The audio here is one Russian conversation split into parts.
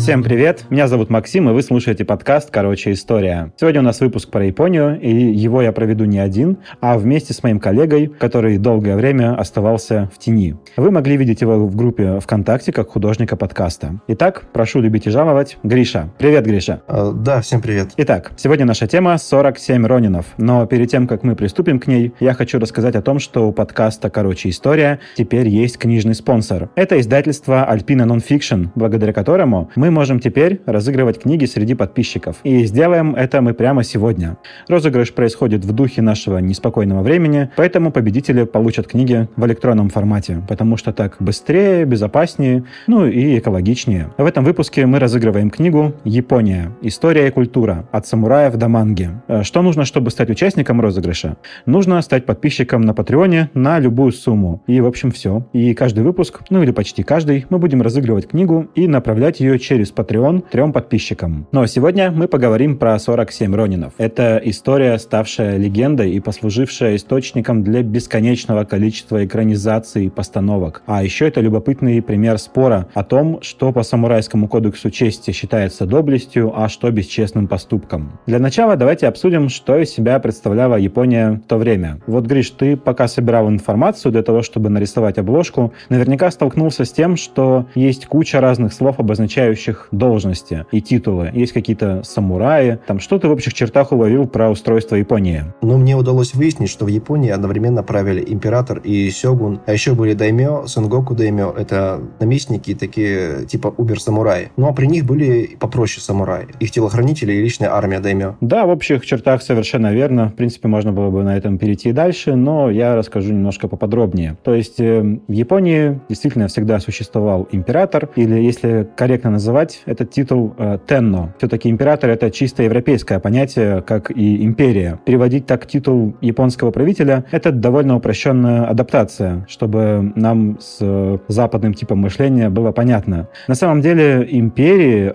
Всем привет, меня зовут Максим, и вы слушаете подкаст «Короче, история». Сегодня у нас выпуск про Японию, и его я проведу не один, а вместе с моим коллегой, который долгое время оставался в тени. Вы могли видеть его в группе ВКонтакте как художника подкаста. Итак, прошу любить и жаловать, Гриша. Привет, Гриша. Да, всем привет. Итак, сегодня наша тема 47 ронинов, но перед тем, как мы приступим к ней, я хочу рассказать о том, что у подкаста «Короче, история» теперь есть книжный спонсор. Это издательство Alpina Nonfiction, благодаря которому мы можем теперь разыгрывать книги среди подписчиков. И сделаем это мы прямо сегодня. Розыгрыш происходит в духе нашего неспокойного времени, поэтому победители получат книги в электронном формате, потому что так быстрее, безопаснее, и экологичнее. В этом выпуске мы разыгрываем книгу «Япония. История и культура. От самураев до манги». Что нужно, чтобы стать участником розыгрыша? Нужно стать подписчиком на Патреоне на любую сумму. И, в общем, все. И каждый выпуск, или почти каждый, мы будем разыгрывать книгу и направлять ее через Patreon 3 подписчикам. Но сегодня мы поговорим про 47 ронинов. Это история, ставшая легендой и послужившая источником для бесконечного количества экранизаций и постановок. А еще это любопытный пример спора о том, что по самурайскому кодексу чести считается доблестью, а что бесчестным поступком. Для начала давайте обсудим, что из себя представляла Япония в то время. Вот, Гриш, ты пока собирал информацию для того, чтобы нарисовать обложку, наверняка столкнулся с тем, что есть куча разных слов, обозначающих должности и титулы. Есть какие-то самураи. Что ты в общих чертах уловил про устройство Японии? Мне удалось выяснить, что в Японии одновременно правили император и сёгун, а еще были даймё, сэнгоку даймё, это наместники такие типа убер-самураи. А при них были попроще самураи, их телохранители и личная армия даймё. Да, в общих чертах совершенно верно. В принципе, можно было бы на этом перейти дальше, но я расскажу немножко поподробнее. То есть в Японии действительно всегда существовал император, или, если корректно называть этот титул, тенно. Все-таки император — это чисто европейское понятие, как и империя. Переводить так титул японского правителя — это довольно упрощенная адаптация, чтобы нам с западным типом мышления было понятно. На самом деле империи,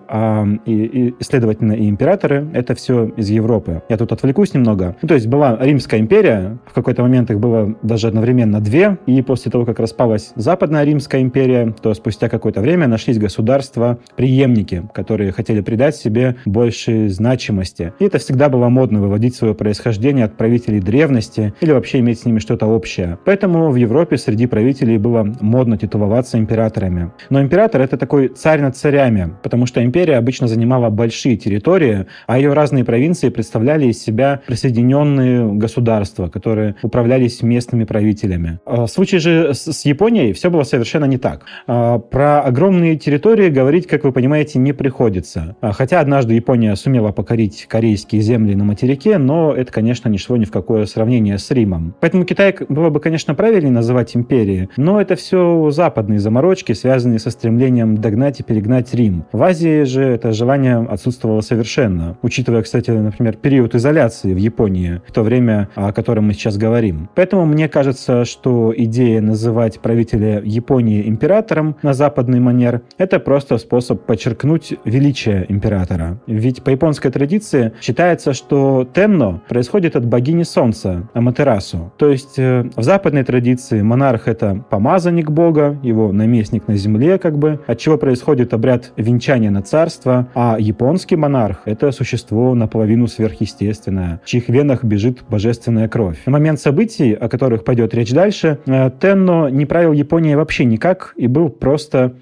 и, следовательно, и императоры — это все из Европы. Я тут отвлекусь немного. То есть была Римская империя, в какой-то момент их было даже одновременно 2, и после того, как распалась Западная Римская империя, то спустя какое-то время нашлись государства преемники, которые хотели придать себе больше значимости. И это всегда было модно — выводить свое происхождение от правителей древности или вообще иметь с ними что-то общее. Поэтому в Европе среди правителей было модно титуловаться императорами. Но император — это такой царь над царями, потому что империя обычно занимала большие территории, а ее разные провинции представляли из себя присоединенные государства, которые управлялись местными правителями. В случае же с Японией все было совершенно не так. Про огромные территории говорить, как вы понимаете, не приходится. Хотя однажды Япония сумела покорить корейские земли на материке, но это, конечно, не шло ни в какое сравнение с Римом. Поэтому Китай было бы, конечно, правильнее называть империей, но это все западные заморочки, связанные со стремлением догнать и перегнать Рим. В Азии же это желание отсутствовало совершенно, учитывая, кстати, например, период изоляции в Японии, в то время, о котором мы сейчас говорим. Поэтому мне кажется, что идея называть правителя Японии императором на западный манер — это просто способ подчеркнуть величие императора. Ведь по японской традиции считается, что тенно происходит от богини солнца, Аматерасу. То есть в западной традиции монарх — это помазанник бога, его наместник на земле, от чего происходит обряд венчания на царство, а японский монарх — это существо наполовину сверхъестественное, в чьих венах бежит божественная кровь. На момент событий, о которых пойдет речь дальше, тенно не правил Японией вообще никак и был просто,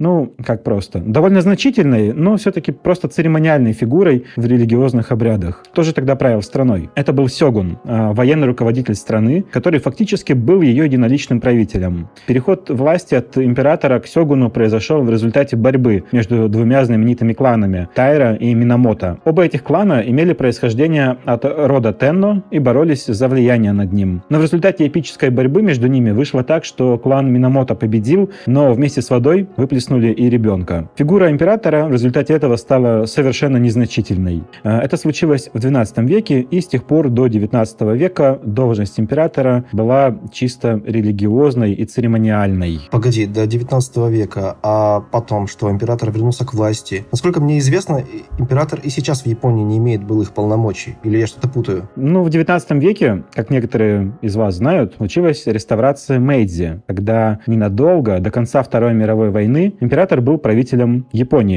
довольно значительной, но все-таки просто церемониальной фигурой в религиозных обрядах. Кто же тогда правил страной? Это был сёгун, военный руководитель страны, который фактически был ее единоличным правителем. Переход власти от императора к сёгуну произошел в результате борьбы между двумя знаменитыми кланами — Тайра и Минамото. Оба этих клана имели происхождение от рода Тенно и боролись за влияние над ним. Но в результате эпической борьбы между ними вышло так, что клан Минамото победил, но вместе с водой выплеснули и ребенка. Фигура императора в результате этого стала совершенно незначительной. Это случилось в XII веке, и с тех пор до XIX века должность императора была чисто религиозной и церемониальной. Погоди, до XIX века, а потом, что император вернулся к власти? Насколько мне известно, император и сейчас в Японии не имеет былых полномочий. Или я что-то путаю? В XIX веке, как некоторые из вас знают, случилась реставрация Мэйдзи, когда ненадолго, до конца Второй мировой войны, император был правителем Японии.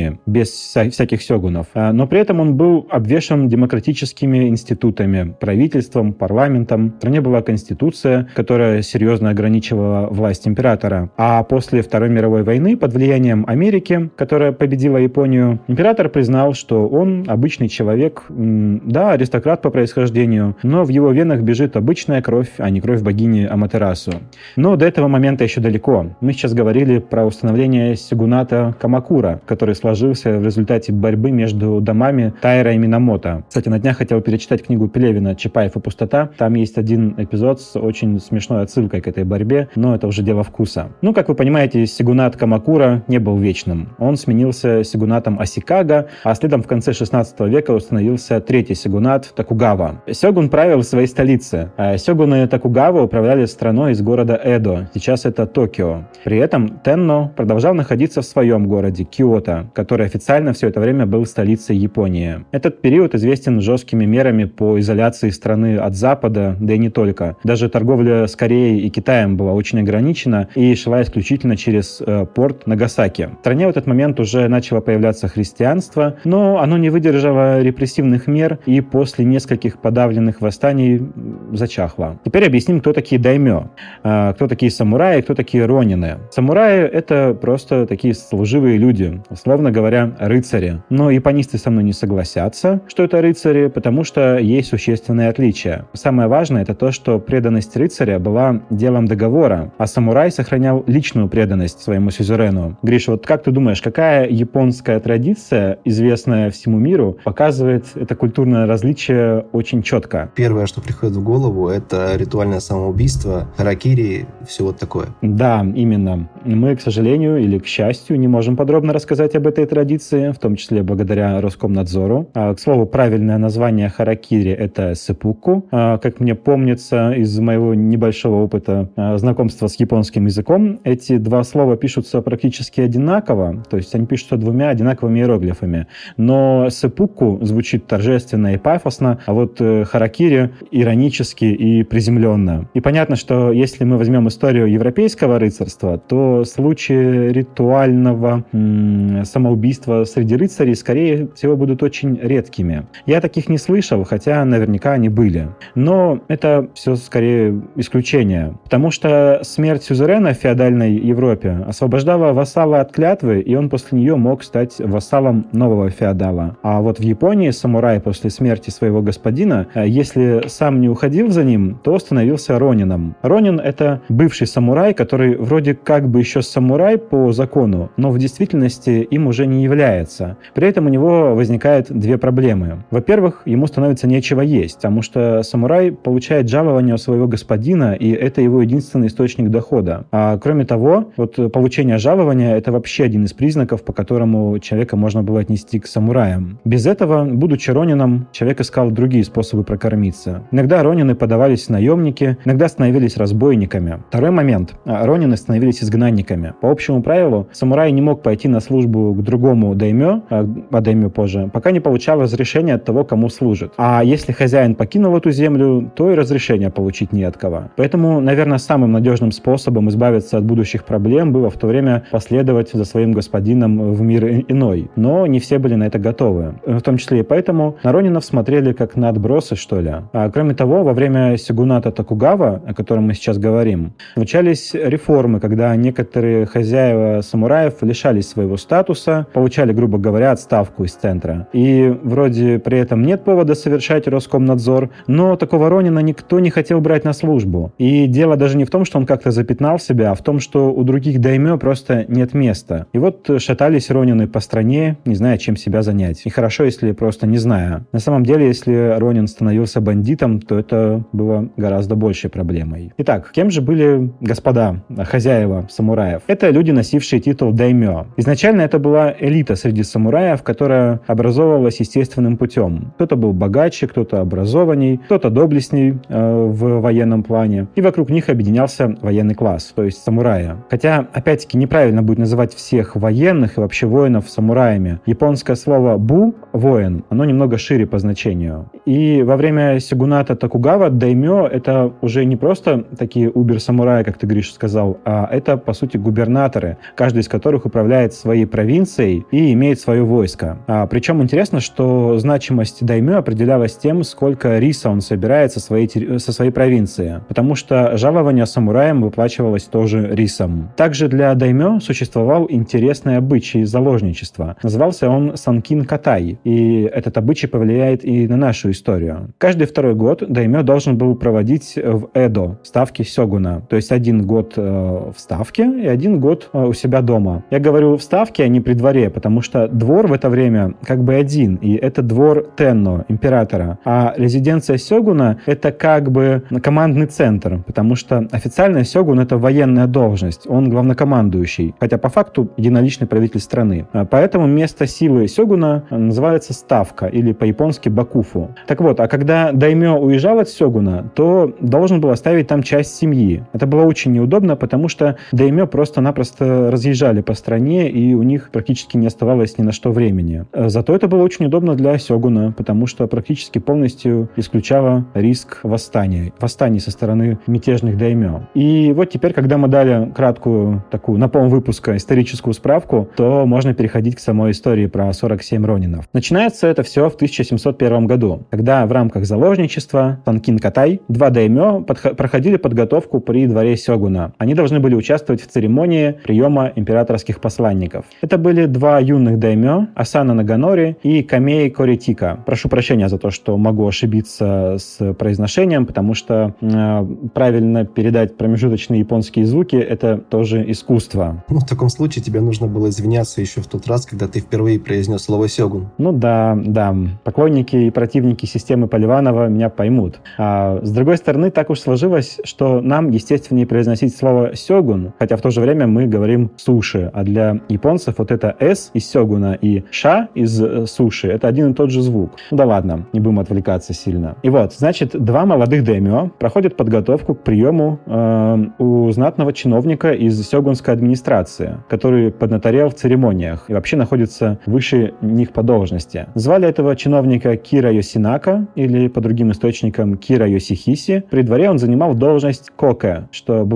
Японии, без всяких сёгунов. Но при этом он был обвешан демократическими институтами, правительством, парламентом. В стране была конституция, которая серьезно ограничивала власть императора. А после Второй мировой войны, под влиянием Америки, которая победила Японию, император признал, что он обычный человек, да, аристократ по происхождению, но в его венах бежит обычная кровь, а не кровь богини Аматерасу. Но до этого момента еще далеко. Мы сейчас говорили про установление сёгуната Камакура, который сложился в результате борьбы между домами Тайра и Минамото. Кстати, на днях хотел перечитать книгу Пелевина «Чапаев и пустота». Там есть один эпизод с очень смешной отсылкой к этой борьбе, но это уже дело вкуса. Ну, как вы понимаете, сёгунат Камакура не был вечным. Он сменился сёгунатом Асикага, а следом в конце 16 века установился третий сёгунат Токугава. Сёгун правил в своей столице. Сёгуны Токугава управляли страной из города Эдо. Сейчас это Токио. При этом Тенно продолжал находиться в своем городе Киото, который официально все это время был столицей Японии. Этот период известен жесткими мерами по изоляции страны от Запада, да и не только. Даже торговля с Кореей и Китаем была очень ограничена и шла исключительно через порт Нагасаки. В стране в этот момент уже начало появляться христианство, но оно не выдержало репрессивных мер и после нескольких подавленных восстаний зачахло. Теперь объясним, кто такие даймё, кто такие самураи, кто такие ронины. Самураи — это просто такие служивые люди, условно говоря, рыцари. Но японисты со мной не согласятся, что это рыцари, потому что есть существенные отличия. Самое важное — это то, что преданность рыцаря была делом договора, а самурай сохранял личную преданность своему сюзерену. Гриша, вот как ты думаешь, какая японская традиция, известная всему миру, показывает это культурное различие очень четко? Первое, что приходит в голову, это ритуальное самоубийство, харакири, все вот такое. Да, именно. Мы, к сожалению или к счастью, не можем подробно рассказать об этой традиции, в том числе благодаря Роскомнадзору. К слову, правильное название харакири — это сэппуку. Как мне помнится из моего небольшого опыта знакомства с японским языком, эти два слова пишутся практически одинаково, то есть они пишутся двумя одинаковыми иероглифами. Но сэппуку звучит торжественно и пафосно, а вот харакири иронически и приземленно. И понятно, что если мы возьмем историю европейского рыцарства, то случаи ритуального самоубийства среди рыцарей, скорее всего, будут очень редкими. Я таких не слышал, хотя наверняка они были. Но это все скорее исключение, потому что смерть сюзерена в феодальной Европе освобождала вассала от клятвы, и он после нее мог стать вассалом нового феодала. А вот в Японии самурай после смерти своего господина, если сам не уходил за ним, то становился ронином. Ронин — это бывший самурай, который вроде как бы еще самурай по закону, но в действительности им уже не является. При этом у него возникают две проблемы. Во-первых, ему становится нечего есть, потому что самурай получает жалование у своего господина, и это его единственный источник дохода. А кроме того, вот получение жалования — это вообще один из признаков, по которому человека можно было отнести к самураям. Без этого, будучи ронином, человек искал другие способы прокормиться. Иногда ронины подавались в наемники, иногда становились разбойниками. Второй момент. Ронины становились изгнанниками. По общему правилу, самурай не мог пойти на службу к другому даймё, а даймё позже, пока не получал разрешения от того, кому служит. А если хозяин покинул эту землю, то и разрешения получить не от кого. Поэтому, наверное, самым надежным способом избавиться от будущих проблем было в то время последовать за своим господином в мир иной. Но не все были на это готовы. В том числе и поэтому на ронинов смотрели как на отбросы, что ли. Кроме того, во время сёгуната Токугава, о котором мы сейчас говорим, случались реформы, когда некоторые хозяева самураев лишались своего статуса, получали, грубо говоря, отставку из центра. И вроде при этом нет повода совершать Роскомнадзор, но такого ронина никто не хотел брать на службу. И дело даже не в том, что он как-то запятнал себя, а в том, что у других даймё просто нет места. И вот шатались ронины по стране, не зная, чем себя занять. И хорошо, если просто не зная. На самом деле, если ронин становился бандитом, то это было гораздо большей проблемой. Итак, кем же были господа, хозяева самураев? Это люди, носившие титул даймё. Изначально это была элита среди самураев, которая образовывалась естественным путем. Кто-то был богаче, кто-то образованней, кто-то доблестней в военном плане. И вокруг них объединялся военный класс, то есть самурая. Хотя, опять-таки, неправильно будет называть всех военных и вообще воинов самураями. Японское слово «бу» — воин, оно немного шире по значению. И во время сёгуната Токугава даймё — это уже не просто такие убер-самураи, как ты, Гриш, сказал, а это, по сути, губернаторы, каждый из которых управляет своей провинцией, провинцией и имеет свое войско. Причем интересно, что значимость даймё определялась тем, сколько риса он собирает со своей провинции, потому что жалование самураям выплачивалось тоже рисом. Также для даймё существовал интересный обычай заложничества. Назывался он санкин катай, и этот обычай повлияет и на нашу историю. Каждый второй год даймё должен был проводить в Эдо ставки сёгуна, то есть 1 год в ставке и 1 год у себя дома. Я говорю в ставке, а не при дворе, потому что двор в это время как бы один, и это двор Тенно, императора, а резиденция сёгуна — это как бы командный центр, потому что официально сёгун — это военная должность, он главнокомандующий, хотя по факту единоличный правитель страны. Поэтому место силы сёгуна называется ставка, или по-японски бакуфу. Так вот, а когда даймё уезжал от сёгуна, то должен был оставить там часть семьи. Это было очень неудобно, потому что даймё просто-напросто разъезжали по стране, и у них практически не оставалось ни на что времени. Зато это было очень удобно для сёгуна, потому что практически полностью исключало риск восстаний со стороны мятежных даймё. И вот теперь, когда мы дали краткую такую на полвыпуска историческую справку, то можно переходить к самой истории про 47 ронинов. Начинается это все в 1701 году, когда в рамках заложничества санкин катай 2 даймё проходили подготовку при дворе сёгуна. Они должны были участвовать в церемонии приема императорских посланников. Это были 2 юных даймё, Асана Наганори и Камей Коритика. Прошу прощения за то, что могу ошибиться с произношением, потому что правильно передать промежуточные японские звуки — это тоже искусство. Ну, в таком случае тебе нужно было извиняться еще в тот раз, когда ты впервые произнес слово «сёгун». Ну да. Поклонники и противники системы Поливанова меня поймут. А с другой стороны, так уж сложилось, что нам естественнее произносить слово «сёгун», хотя в то же время мы говорим «суши», а для японцев вот это «с» из сёгуна и «ша» из «суши» — это один и тот же звук. Ну да ладно, не будем отвлекаться сильно. И вот, значит, 2 молодых даймё проходят подготовку к приему у знатного чиновника из сёгунской администрации, который поднаторел в церемониях и вообще находится выше них по должности. Звали этого чиновника Кира Йосинака, или по другим источникам Кира Йосихиси. При дворе он занимал должность коке, что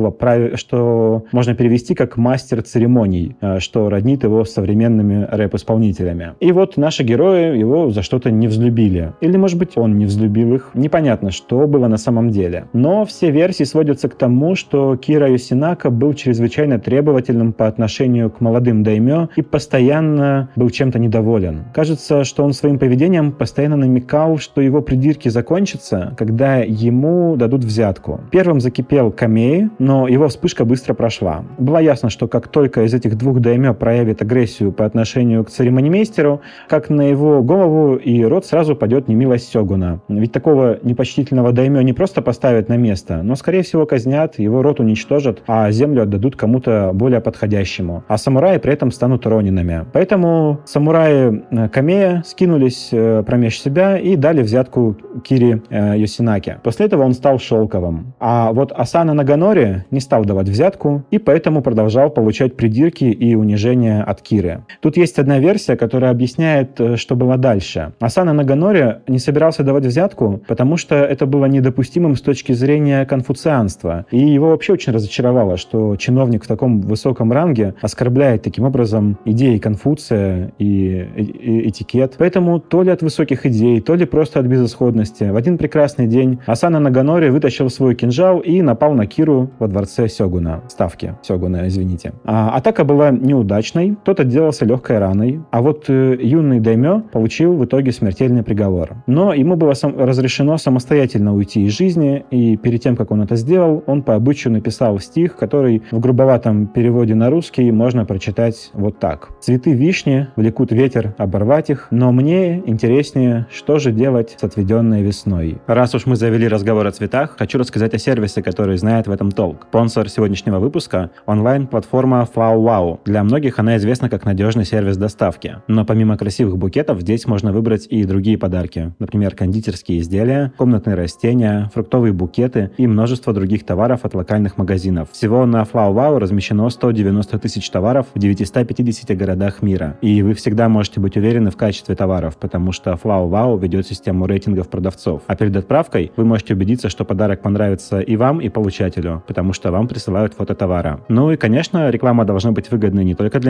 можно перевести как мастер церемоний, что роднит его с современными рэп-исполнителями. И вот наши герои его за что-то не взлюбили. Или, может быть, он не взлюбил их. Непонятно, что было на самом деле. Но все версии сводятся к тому, что Кира Йосинака был чрезвычайно требовательным по отношению к молодым даймё и постоянно был чем-то недоволен. Кажется, что он своим поведением постоянно намекал, что его придирки закончатся, когда ему дадут взятку. Первым закипел Камей, но его вспышка быстро прошла. Было ясно, что как только из этих 2 даймё проявит агрессию по отношению к церемонимейстеру, как на его голову и рот сразу падет немилость сёгуна. Ведь такого непочтительного даймё не просто поставят на место, но, скорее всего, казнят, его рот уничтожат, а землю отдадут кому-то более подходящему. А самураи при этом станут ронинами. Поэтому самураи Камея скинулись промеж себя и дали взятку Кире Йосинаке. После этого он стал шелковым. А вот Асана Наганори не стал давать взятку и поэтому продолжал получать придирки и унижения от Киры. Тут есть одна версия, которая объясняет, что было дальше. Асана Наганори не собирался давать взятку, потому что это было недопустимым с точки зрения конфуцианства. И его вообще очень разочаровало, что чиновник в таком высоком ранге оскорбляет таким образом идеи Конфуция и этикет. Поэтому то ли от высоких идей, то ли просто от безысходности, в один прекрасный день Асана Наганори вытащил свой кинжал и напал на Киру во дворце сёгуна. Ставки сёгуна, извините. Атака была неудачной, тот отделался легкой раной, а вот юный даймё получил в итоге смертельный приговор. Но ему было разрешено самостоятельно уйти из жизни, и перед тем, как он это сделал, он по обычаю написал стих, который в грубоватом переводе на русский можно прочитать вот так. «Цветы вишни влекут ветер оборвать их, но мне интереснее, что же делать с отведенной весной». Раз уж мы завели разговор о цветах, хочу рассказать о сервисе, который знает в этом толк. Спонсор сегодняшнего выпуска — онлайн-платформа FlowWow. Для многих она известна как надежный сервис доставки. Но помимо красивых букетов, здесь можно выбрать и другие подарки. Например, кондитерские изделия, комнатные растения, фруктовые букеты и множество других товаров от локальных магазинов. Всего на FlowWow размещено 190 тысяч товаров в 950 городах мира. И вы всегда можете быть уверены в качестве товаров, потому что FlowWow ведет систему рейтингов продавцов. А перед отправкой вы можете убедиться, что подарок понравится и вам, и получателю, потому что вам присылают фото товара. Ну и, конечно, реклама должна быть выгодной не только для меня,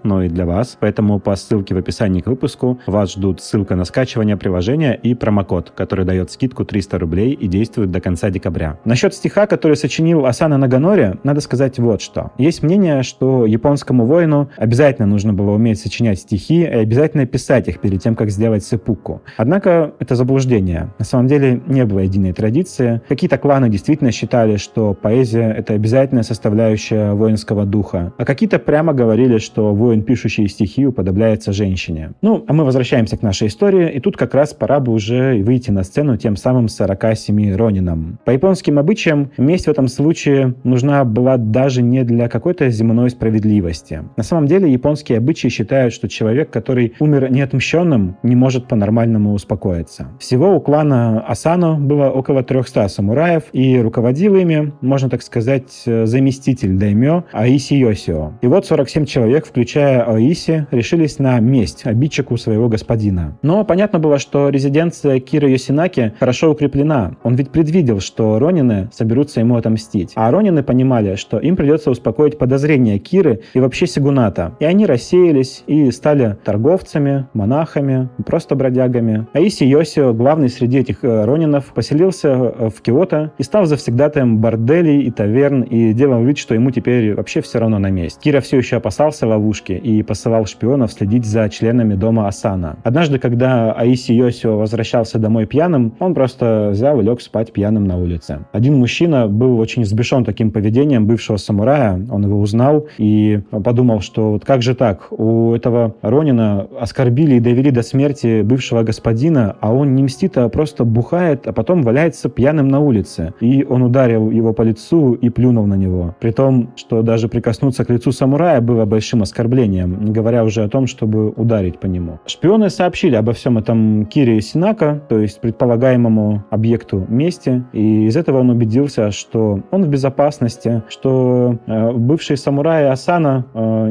но и для вас. Поэтому по ссылке в описании к выпуску вас ждут ссылка на скачивание приложения и промокод, который дает скидку 300 рублей и действует до конца декабря. Насчет стиха, который сочинил Асана Наганори, надо сказать вот что. Есть мнение, что японскому воину обязательно нужно было уметь сочинять стихи и обязательно писать их перед тем, как сделать сэппуку. Однако это заблуждение. На самом деле не было единой традиции. Какие-то кланы действительно считали, что поэзия — это обязательная составляющая воинского духа, а какие-то прямо говорили, что воин, пишущий стихи, уподобляется женщине. Ну, а мы возвращаемся к нашей истории, и тут как раз пора бы уже выйти на сцену тем самым 47 ронинам. По японским обычаям, месть в этом случае нужна была даже не для какой-то земной справедливости. На самом деле, японские обычаи считают, что человек, который умер неотмщенным, не может по-нормальному успокоиться. Всего у клана Асано было около 300 самураев, и руководил ими, можно так сказать, заместитель даймё Аиси Йосио. И вот 47 человек, включая Аиси, решились на месть обидчику своего господина. Но понятно было, что резиденция Кира Йосинаки хорошо укреплена. Он ведь предвидел, что ронины соберутся ему отомстить. А ронины понимали, что им придется успокоить подозрения Киры и вообще сёгуната. И они рассеялись и стали торговцами, монахами, просто бродягами. Аиси Йосио, главный среди этих ронинов, поселился в Киото и стал завсегдатаем борделей и таверн, и делал вид, что ему теперь вообще все равно на месте. Кира все еще опасался ловушки и посылал шпионов следить за членами дома Асана. Однажды, когда Аиси Йосио возвращался домой пьяным, он просто взял и лег спать пьяным на улице. Один мужчина был очень взбешен таким поведением бывшего самурая, он его узнал и подумал, что вот как же так, у этого ронина оскорбили и довели до смерти бывшего господина, а он не мстит, а просто бухает, а потом валяется пьяным на улице. И он ударил его по лицу и плюнул на него. При том, что даже прикоснуться к лицу самурая было большим оскорблением, не говоря уже о том, чтобы ударить по нему. Шпионы сообщили обо всем этом Кире Йосинака, то есть предполагаемому объекту мести, и из этого он убедился, что он в безопасности, что бывшие самураи Асана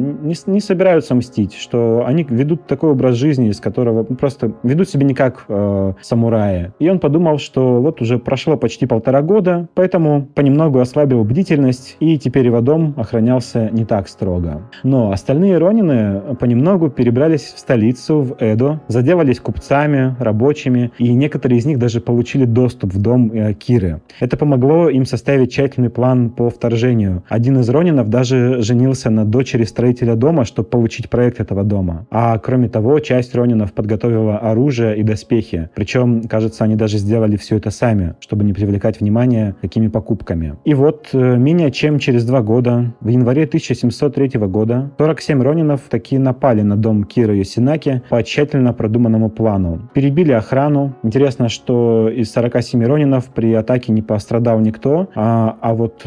не собираются мстить, что они ведут такой образ жизни, из которого просто ведут себя не как самураи. И он подумал, что вот уже прошло почти 1,5 года, поэтому понемногу ослабил бдительность, и теперь его дом охранялся не так строго. Но остальные ронины понемногу перебрались в столицу, в Эдо, заделались купцами, рабочими, и некоторые из них даже получили доступ в дом Киры. Это помогло им составить тщательный план по вторжению. Один из ронинов даже женился на дочери строителя дома, чтобы получить проект этого дома. А кроме того, часть ронинов подготовила оружие и доспехи. Причем, кажется, они даже сделали все это сами, чтобы не привлекать внимание такими покупками. И вот менее чем через 2 года, в январе 1703 года, 47 ронинов таки напали на дом Кира Йосинаки по тщательно продуманному плану. Перебили охрану. Интересно, что из 47 ронинов при атаке не пострадал никто, а вот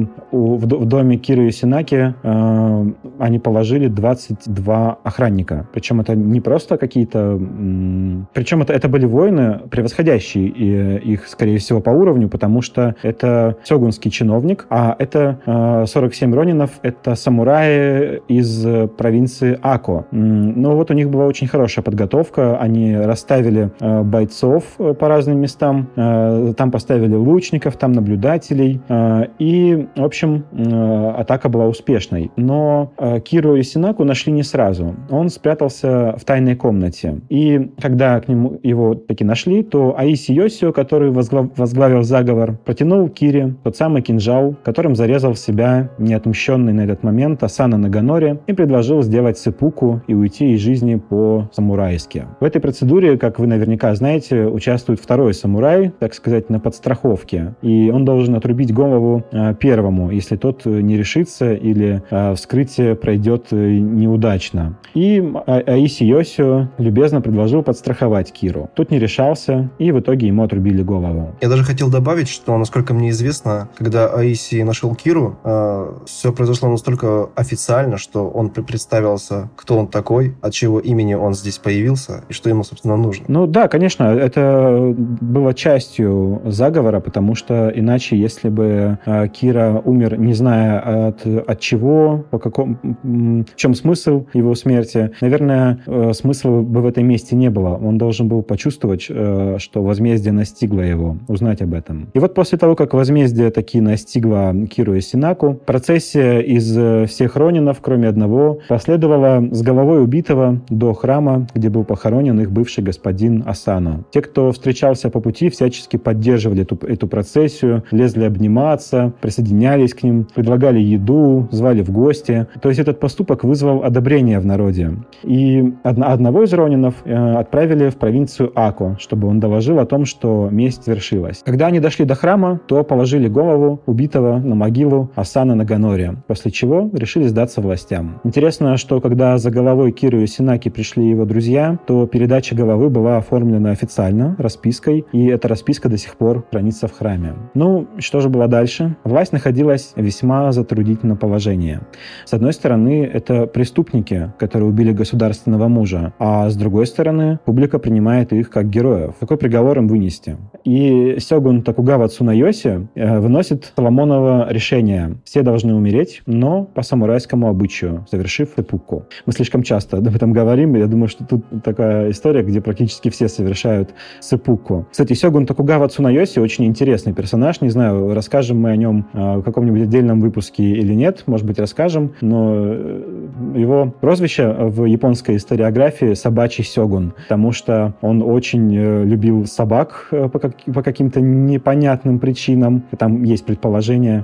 в доме Кира Йосинаки они положили 22 охранника. Причем это не просто какие-то... Причем это были воины, превосходящие их, скорее всего, по уровню, потому что это сёгунский чиновник, а это 47 ронинов, это самураи из провинции Ако. Но вот у них была очень хорошая подготовка, они расставили бойцов по разным местам, там поставили лучников, там наблюдателей, и, в общем, атака была успешной. Но Киру Йосинаку нашли не сразу. Он спрятался в тайной комнате. И когда к нему его таки нашли, то Аиси Йосио, который возглавил заговор, протянул Кире тот самый кинжал, которым зарезал в себя неотмщенный на этот момент Асана Наганори, и предложил сделать сэппуку и уйти из жизни по-самурайски. В этой процедуре, как вы наверняка знаете, участвует второй самурай, так сказать, на подстраховке. И он должен отрубить голову первому, если тот не решится или вскрытие пройдет неудачно. И Аиси Йосио любезно предложил подстраховать Киру. Тот не решался, и в итоге ему отрубили голову. Я даже хотел добавить, что, насколько мне известно, когда Аиси нашел Киру, все произошло настолько официально, что он представился, кто он такой, от чего имени он здесь появился, и что ему, собственно, нужно. Ну да, конечно, это было частью заговора, потому что иначе, если бы Кира умер, не зная от чего, в чем смысл его смерти, наверное, смысла бы в этой мести не было. Он должен был почувствовать, что возмездие настигло его, узнать об этом. И вот после того, как возмездие таки настигло Киру Йосинаку, процессия из всех ронинов, кроме одного, последовало с головой убитого до храма, где был похоронен их бывший господин Асано. Те, кто встречался по пути, всячески поддерживали эту процессию, лезли обниматься, присоединялись к ним, предлагали еду, звали в гости. То есть этот поступок вызвал одобрение в народе. И одного из ронинов отправили в провинцию Ако, чтобы он доложил о том, что месть свершилась. Когда они дошли до храма, то положили голову убитого на могилу Асано Наганори, после чего решили сдаться властям. Интересно, что когда за головой Киру Йосинаки пришли его друзья, то передача головы была оформлена официально, распиской, и эта расписка до сих пор хранится в храме. Ну, что же было дальше? Власть находилась в весьма затруднительном положении. С одной стороны, это преступники, которые убили государственного мужа, а с другой стороны, публика принимает их как героев. Какой приговор им вынести? И сёгун Токугава Цунайоси выносит Соломоново решение. Все должны умереть, но по самурайскому обычаю, совершив сэппуку. Мы слишком часто об этом говорим, я думаю, что тут такая история, где практически все совершают сэппуку. Кстати, сёгун Токугава Цунайоси очень интересный персонаж, не знаю, расскажем мы о нем в каком-нибудь отдельном выпуске или нет, может быть, расскажем, но его прозвище в японской историографии «собачий сёгун», потому что он очень любил собак по каким-то непонятным причинам. Там есть предположение,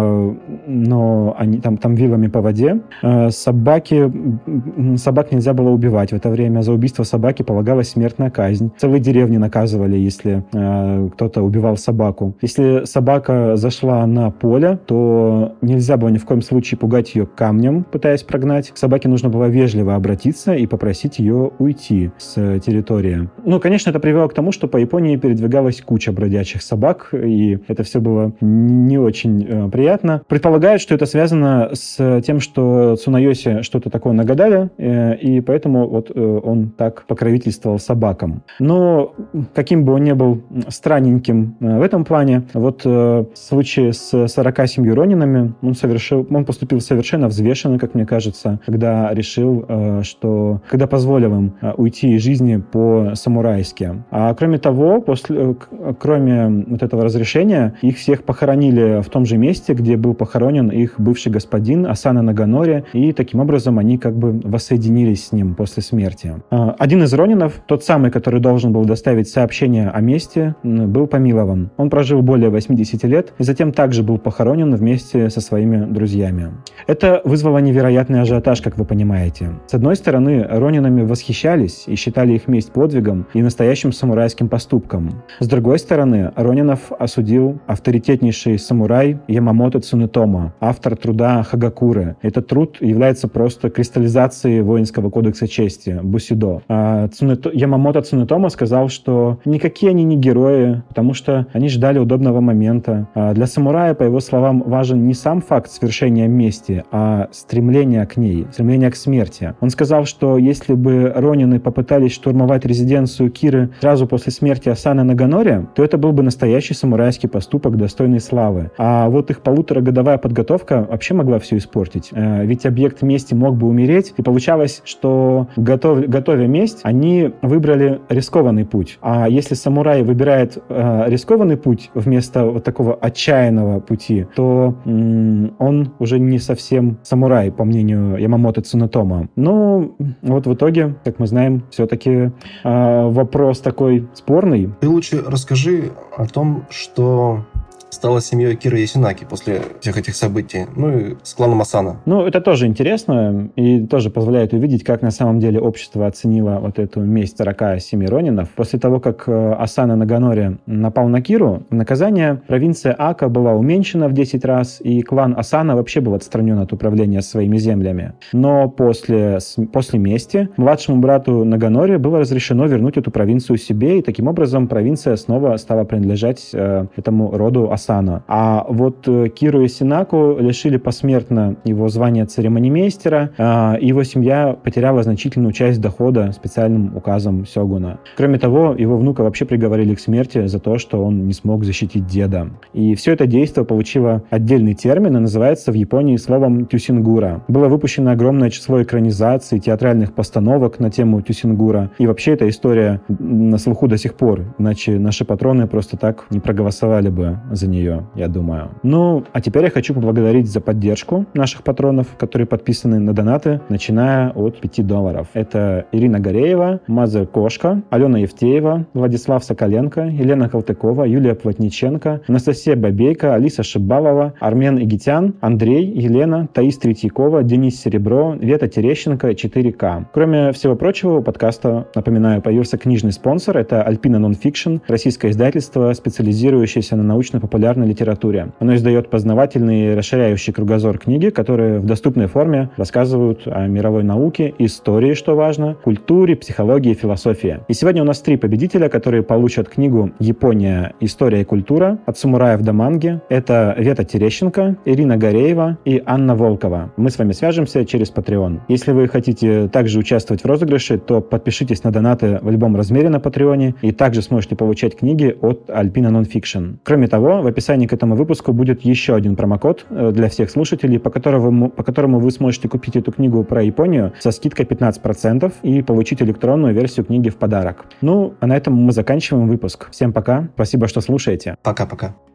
но они там вилами по воде. Собак нельзя было убивать в это время. За убийство собаки полагалась смертная казнь. Целые деревни наказывали, если кто-то убивал собаку. Если собака зашла на поле, то нельзя было ни в коем случае пугать ее камнем, пытаясь прогнать. К собаке нужно было вежливо обратиться и попросить ее уйти с территории. Ну, конечно, это привело к тому, что по Японии передвигалась куча бродячих собак, и это все было не очень приятно. Предполагают, что это связано с тем, что Цунайоси что-то такое нагадали, и поэтому вот он так покровительствовал собакам. Но каким бы он ни был странненьким в этом плане, вот в случае с 47 ронинами он поступил совершенно взвешенно, как мне кажется, когда решил, когда позволил им уйти из жизни по-самурайски. А кроме того, кроме вот этого разрешения, их всех похоронили в том же месте, где был похоронен их бывший господин Асано Наганори, и таким образом они как бы воссоединились с ним после смерти. Один из ронинов, тот самый, который должен был доставить сообщение о мести, был помилован. Он прожил более 80 лет и затем также был похоронен вместе со своими друзьями. Это вызвало невероятный ажиотаж, как вы понимаете. С одной стороны, ронинами восхищались и считали их месть подвигом и настоящим самурайским поступком. С другой стороны, ронинов осудил авторитетнейший самурай Ямамото Цунетомо, автор труда Хагакуры. Этот труд является просто кристаллизацией воинского кодекса чести Бусидо. Ямамото Цунетомо сказал, что никакие они не герои, потому что они ждали удобного момента. Для самурая, по его словам, важен не сам факт свершения мести, а стремление к ней, стремление к смерти. Он сказал, что если бы ронины попытались штурмовать резиденцию Киры сразу после смерти Асано Наганори, то это был бы настоящий самурайский поступок, достойный славы. А вот их полуторагодовая подготовка вообще могла все испортить. Ведь объект мести мог бы умереть, и получалось, что, готовя месть, они выбрали рискованный путь. А если самурай выбирает рискованный путь вместо вот такого отчаянного пути, то он уже не совсем самурай, по мнению Ямамото Цунетомо. Но вот в итоге, как мы знаем, все-таки вопрос такой спорный. Ты лучше расскажи о том, что стала семьей Киры Йосинаки после всех этих событий, ну и с кланом Асано. Ну, это тоже интересно и тоже позволяет увидеть, как на самом деле общество оценило вот эту месть 47 ронинов. После того, как Асано Наганори напал на Киру, в наказание провинция Ака была уменьшена в 10 раз, и клан Асано вообще был отстранен от управления своими землями. Но после мести младшему брату Наганори было разрешено вернуть эту провинцию себе, и таким образом провинция снова стала принадлежать этому роду Асано. А вот Киру Йосинаку лишили посмертно его звания церемонимейстера, и его семья потеряла значительную часть дохода специальным указом сёгуна. Кроме того, его внука вообще приговорили к смерти за то, что он не смог защитить деда. И все это действо получило отдельный термин и называется в Японии словом тюсингура. Было выпущено огромное число экранизаций, театральных постановок на тему тюсингура. И вообще эта история на слуху до сих пор, иначе наши патроны просто так не проголосовали бы за нее, я думаю. Ну, а теперь я хочу поблагодарить за поддержку наших патронов, которые подписаны на донаты, начиная от $5. Это Ирина Гореева, Мазер Кошка, Алена Евтеева, Владислав Соколенко, Елена Калтыкова, Юлия Плотниченко, Анастасия Бабейко, Алиса Шибалова, Армен Игитян, Андрей, Елена, Таис Третьякова, Денис Серебро, Вета Терещенко, 4К. Кроме всего прочего, у подкаста, напоминаю, появился книжный спонсор. Это Alpina Nonfiction, российское издательство, специализирующееся на научно-популярной литературе. Оно издает познавательные и расширяющие кругозор книги, которые в доступной форме рассказывают о мировой науке, истории, что важно, культуре, психологии и философии. И сегодня у нас 3 победителя, которые получат книгу «Япония. История и культура. От самураев до манги». Это Вета Терещенко, Ирина Гореева и Анна Волкова. Мы с вами свяжемся через Patreon. Если вы хотите также участвовать в розыгрыше, то подпишитесь на донаты в любом размере на Патреоне и также сможете получать книги от Alpina Nonfiction. Кроме того, в описании к этому выпуску будет еще один промокод для всех слушателей, по которому вы сможете купить эту книгу про Японию со скидкой 15% и получить электронную версию книги в подарок. Ну, а на этом мы заканчиваем выпуск. Всем пока. Спасибо, что слушаете. Пока-пока.